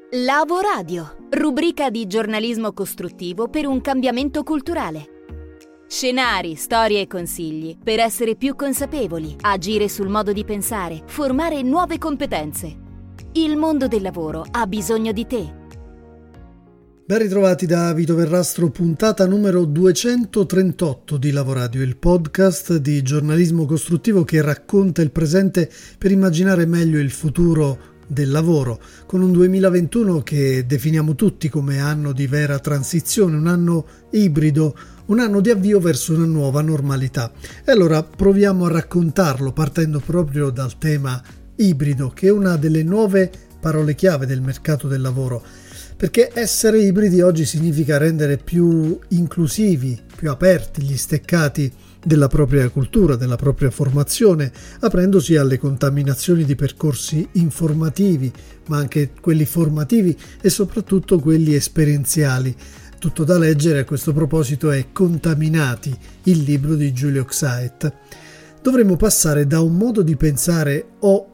Lavoradio, rubrica di giornalismo costruttivo per un cambiamento culturale. Scenari, storie e consigli per essere più consapevoli, agire sul modo di pensare, formare nuove competenze. Il mondo del lavoro ha bisogno di te. Ben ritrovati da Vito Verrastro, puntata numero 238 di Lavoradio, il podcast di giornalismo costruttivo che racconta il presente per immaginare meglio il futuro del lavoro, con un 2021 che definiamo tutti come anno di vera transizione, un anno ibrido, un anno di avvio verso una nuova normalità. E allora proviamo a raccontarlo partendo proprio dal tema ibrido, che è una delle nuove parole chiave del mercato del lavoro. Perché essere ibridi oggi significa rendere più inclusivi, più aperti gli steccati della propria cultura, della propria formazione, aprendosi alle contaminazioni di percorsi informativi, ma anche quelli formativi e soprattutto quelli esperienziali. Tutto da leggere a questo proposito è Contaminati, il libro di Giulio Xaet. Dovremmo passare da un modo di pensare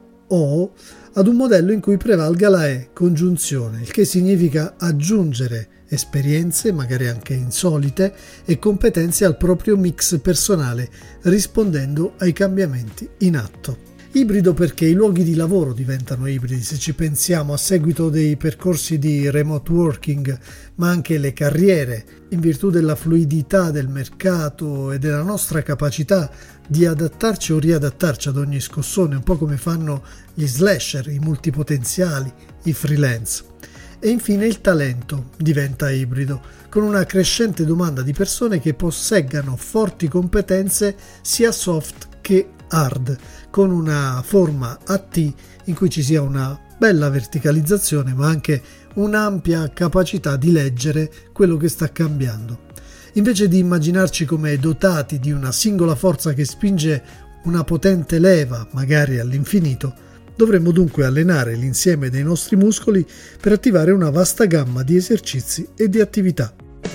o ad un modello in cui prevalga la congiunzione, il che significa aggiungere esperienze, magari anche insolite, e competenze al proprio mix personale, rispondendo ai cambiamenti in atto. Ibrido perché i luoghi di lavoro diventano ibridi, se ci pensiamo, a seguito dei percorsi di remote working, ma anche le carriere, in virtù della fluidità del mercato e della nostra capacità di adattarci o riadattarci ad ogni scossone, un po' come fanno gli slasher, i multipotenziali, i freelance. E infine il talento diventa ibrido, con una crescente domanda di persone che posseggano forti competenze sia soft che hard, con una forma a T in cui ci sia una bella verticalizzazione, ma anche un'ampia capacità di leggere quello che sta cambiando. Invece di immaginarci come dotati di una singola forza che spinge una potente leva, magari all'infinito, dovremmo dunque allenare l'insieme dei nostri muscoli per attivare una vasta gamma di esercizi e di attività.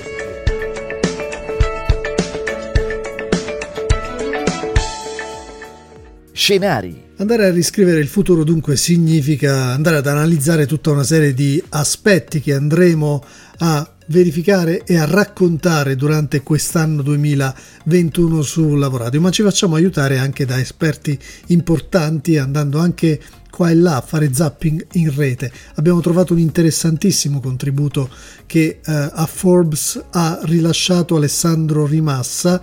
Scenari. Andare a riscrivere il futuro dunque significa andare ad analizzare tutta una serie di aspetti che andremo a verificare e a raccontare durante quest'anno 2021 su Lavoradio, ma ci facciamo aiutare anche da esperti importanti, andando anche qua e là a fare zapping in rete. Abbiamo trovato un interessantissimo contributo che a Forbes ha rilasciato Alessandro Rimassa,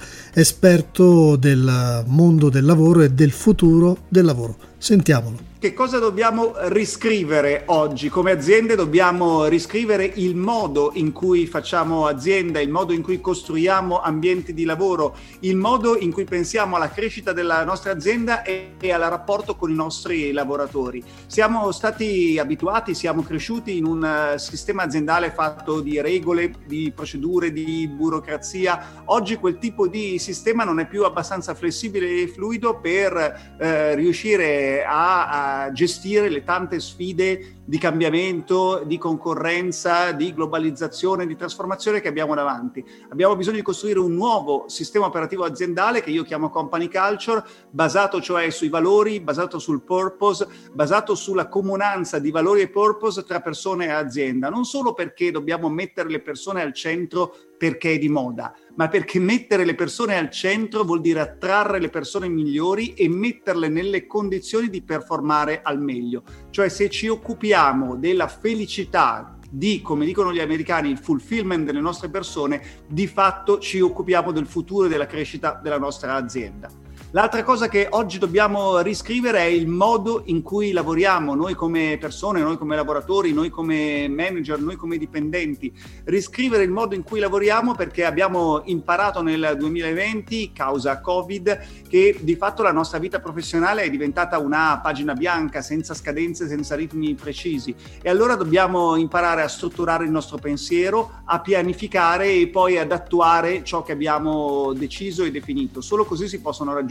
esperto del mondo del lavoro e del futuro del lavoro. Sentiamolo. Che cosa dobbiamo riscrivere oggi? Come aziende dobbiamo riscrivere il modo in cui facciamo azienda, il modo in cui costruiamo ambienti di lavoro, il modo in cui pensiamo alla crescita della nostra azienda e al rapporto con i nostri lavoratori. Siamo stati abituati, siamo cresciuti in un sistema aziendale fatto di regole, di procedure, di burocrazia. Oggi quel tipo di sistema non è più abbastanza flessibile e fluido per riuscire a gestire le tante sfide di cambiamento, di concorrenza, di globalizzazione, di trasformazione che abbiamo davanti. Abbiamo bisogno di costruire un nuovo sistema operativo aziendale che io chiamo company culture, basato cioè sui valori, basato sul purpose, basato sulla comunanza di valori e purpose tra persone e azienda. Non solo perché dobbiamo mettere le persone al centro perché è di moda, ma perché mettere le persone al centro vuol dire attrarre le persone migliori e metterle nelle condizioni di performare al meglio. Cioè, se ci occupiamo della felicità, di, come dicono gli americani, il fulfillment delle nostre persone, di fatto ci occupiamo del futuro e della crescita della nostra azienda. L'altra cosa che oggi dobbiamo riscrivere è il modo in cui lavoriamo, noi come persone, noi come lavoratori, noi come manager, noi come dipendenti. Riscrivere il modo in cui lavoriamo perché abbiamo imparato nel 2020, causa Covid, che di fatto la nostra vita professionale è diventata una pagina bianca, senza scadenze, senza ritmi precisi. E allora dobbiamo imparare a strutturare il nostro pensiero, a pianificare e poi ad attuare ciò che abbiamo deciso e definito. Solo così si possono raggiungere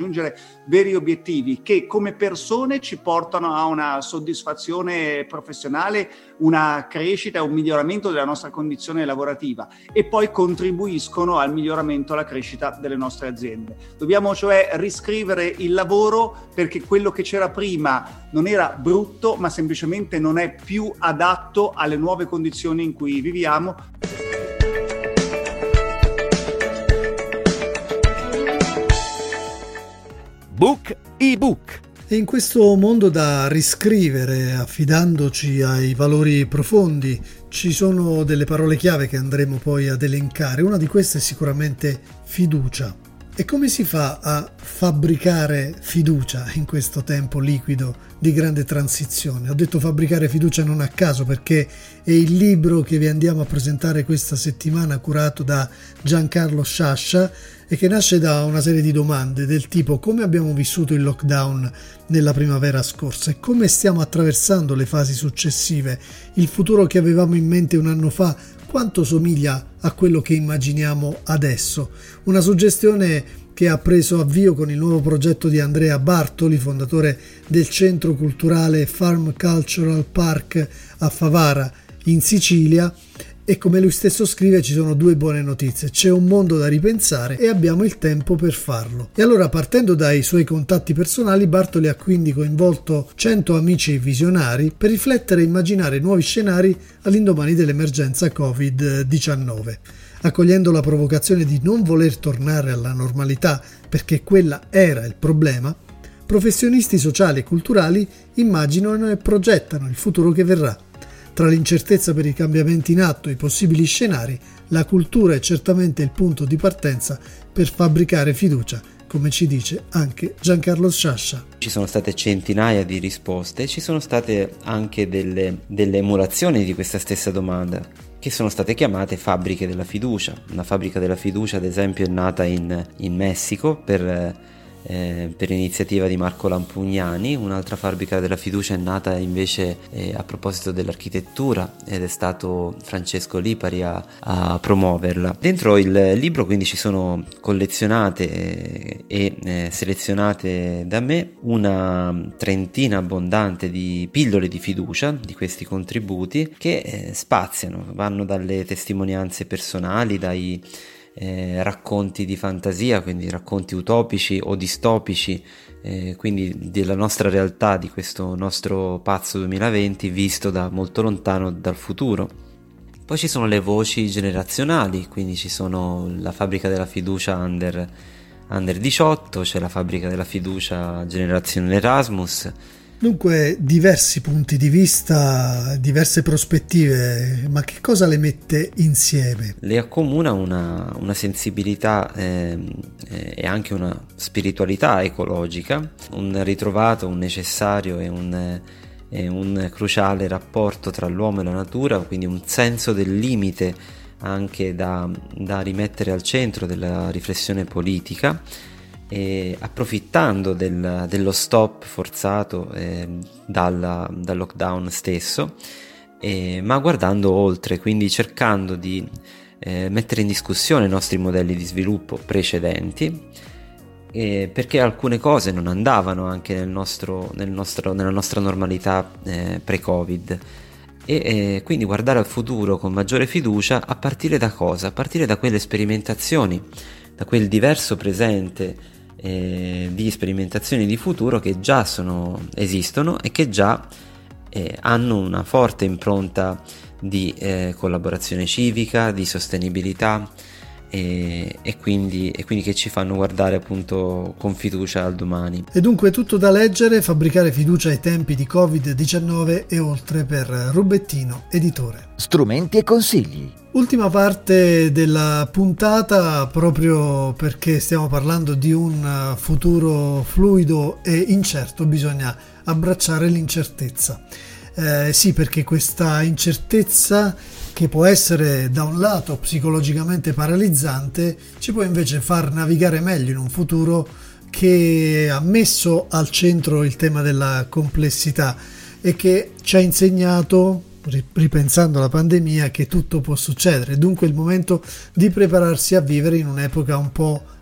raggiungere veri obiettivi che come persone ci portano a una soddisfazione professionale, una crescita, un miglioramento della nostra condizione lavorativa e poi contribuiscono al miglioramento, alla crescita delle nostre aziende. Dobbiamo cioè riscrivere il lavoro perché quello che c'era prima non era brutto, ma semplicemente non è più adatto alle nuove condizioni in cui viviamo. Book ebook. E in questo mondo da riscrivere, affidandoci ai valori profondi, ci sono delle parole chiave che andremo poi ad elencare. Una di queste è sicuramente fiducia. E come si fa a fabbricare fiducia in questo tempo liquido di grande transizione? Ho detto fabbricare fiducia non a caso, perché è il libro che vi andiamo a presentare questa settimana, curato da Giancarlo Sciascia, e che nasce da una serie di domande del tipo: come abbiamo vissuto il lockdown nella primavera scorsa e come stiamo attraversando le fasi successive? Il futuro che avevamo in mente un anno fa, quanto somiglia a quello che immaginiamo adesso? Una suggestione che ha preso avvio con il nuovo progetto di Andrea Bartoli, fondatore del centro culturale Farm Cultural Park a Favara in Sicilia. E come lui stesso scrive, ci sono due buone notizie: c'è un mondo da ripensare e abbiamo il tempo per farlo. E allora, partendo dai suoi contatti personali, Bartoli ha quindi coinvolto 100 amici visionari per riflettere e immaginare nuovi scenari all'indomani dell'emergenza Covid-19. Accogliendo la provocazione di non voler tornare alla normalità perché quella era il problema, professionisti sociali e culturali immaginano e progettano il futuro che verrà. Tra l'incertezza per i cambiamenti in atto e i possibili scenari, la cultura è certamente il punto di partenza per fabbricare fiducia, come ci dice anche Giancarlo Sciascia. Ci sono state centinaia di risposte, ci sono state anche delle emulazioni di questa stessa domanda, che sono state chiamate fabbriche della fiducia. Una fabbrica della fiducia, ad esempio, è nata in Messico per iniziativa di Marco Lampugnani. Un'altra fabbrica della fiducia è nata invece a proposito dell'architettura ed è stato Francesco Lipari a promuoverla. Dentro il libro quindi ci sono collezionate e selezionate da me una trentina abbondante di pillole di fiducia di questi contributi che spaziano, vanno dalle testimonianze personali, dai racconti di fantasia, quindi racconti utopici o distopici, quindi della nostra realtà, di questo nostro pazzo 2020 visto da molto lontano dal futuro. Poi ci sono le voci generazionali, quindi ci sono la fabbrica della fiducia under 18, c'è la fabbrica della fiducia generazione Erasmus. Dunque, diversi punti di vista, diverse prospettive, ma che cosa le mette insieme? Le accomuna una sensibilità e anche una spiritualità ecologica, un ritrovato, un necessario e un cruciale rapporto tra l'uomo e la natura, quindi un senso del limite anche da rimettere al centro della riflessione politica, e approfittando dello stop forzato dal lockdown stesso, ma guardando oltre, quindi cercando di mettere in discussione i nostri modelli di sviluppo precedenti, perché alcune cose non andavano anche nella nostra normalità pre-Covid, e quindi guardare al futuro con maggiore fiducia a partire da cosa? A partire da quelle sperimentazioni, da quel diverso presente di sperimentazioni di futuro che già esistono e che già hanno una forte impronta di collaborazione civica, di sostenibilità, e quindi che ci fanno guardare appunto con fiducia al domani. E dunque tutto da leggere, fabbricare fiducia ai tempi di Covid-19 e oltre, per Rubettino Editore. Strumenti e consigli. Ultima parte della puntata, proprio perché stiamo parlando di un futuro fluido e incerto, bisogna abbracciare l'incertezza. Sì, perché questa incertezza, che può essere da un lato psicologicamente paralizzante, ci può invece far navigare meglio in un futuro che ha messo al centro il tema della complessità e che ci ha insegnato, ripensando alla pandemia, che tutto può succedere. Dunque è il momento di prepararsi a vivere in un'epoca un po'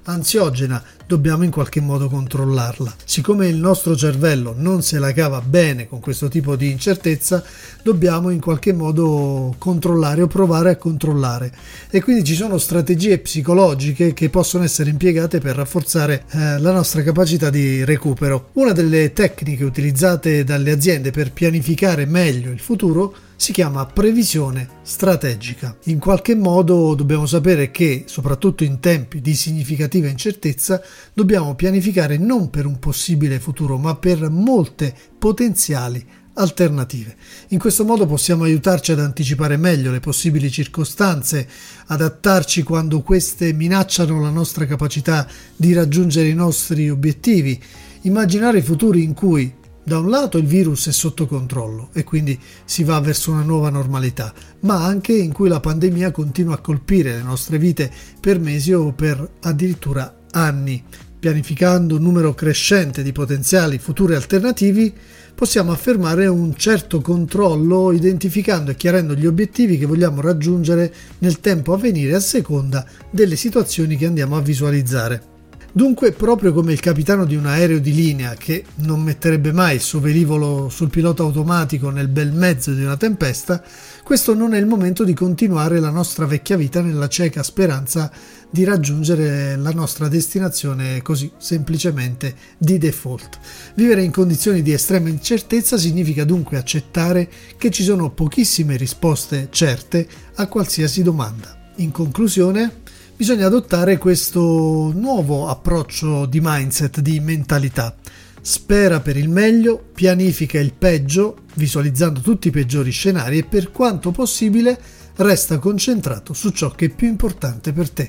ansiogena, dobbiamo in qualche modo controllarla. Siccome il nostro cervello non se la cava bene con questo tipo di incertezza, dobbiamo in qualche modo controllare o provare a controllare, e quindi ci sono strategie psicologiche che possono essere impiegate per rafforzare la nostra capacità di recupero. Una delle tecniche utilizzate dalle aziende per pianificare meglio il futuro si chiama previsione strategica. In qualche modo dobbiamo sapere che, soprattutto in tempi di significativa incertezza, dobbiamo pianificare non per un possibile futuro, ma per molte potenziali alternative. In questo modo possiamo aiutarci ad anticipare meglio le possibili circostanze, adattarci quando queste minacciano la nostra capacità di raggiungere i nostri obiettivi, immaginare futuri in cui da un lato il virus è sotto controllo e quindi si va verso una nuova normalità, ma anche in cui la pandemia continua a colpire le nostre vite per mesi o per addirittura anni. Pianificando un numero crescente di potenziali futuri alternativi, possiamo affermare un certo controllo, identificando e chiarendo gli obiettivi che vogliamo raggiungere nel tempo a venire a seconda delle situazioni che andiamo a visualizzare. Dunque, proprio come il capitano di un aereo di linea che non metterebbe mai il suo velivolo sul pilota automatico nel bel mezzo di una tempesta, questo non è il momento di continuare la nostra vecchia vita nella cieca speranza di raggiungere la nostra destinazione così semplicemente di default. Vivere in condizioni di estrema incertezza significa dunque accettare che ci sono pochissime risposte certe a qualsiasi domanda. In conclusione, bisogna adottare questo nuovo approccio di mindset, di mentalità. Spera per il meglio, pianifica il peggio, visualizzando tutti i peggiori scenari, e per quanto possibile resta concentrato su ciò che è più importante per te.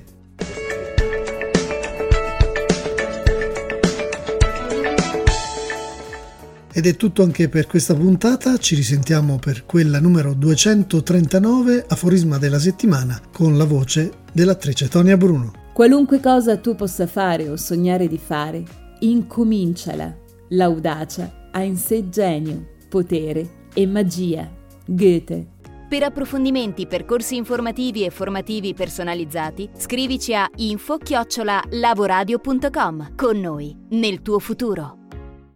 Ed è tutto anche per questa puntata, ci risentiamo per quella numero 239, aforisma della settimana, con la voce dell'attrice Tonia Bruno. Qualunque cosa tu possa fare o sognare di fare, incominciala. L'audacia ha in sé genio, potere e magia. Goethe. Per approfondimenti, percorsi informativi e formativi personalizzati, scrivici a info@lavoradio.com. Con noi, nel tuo futuro.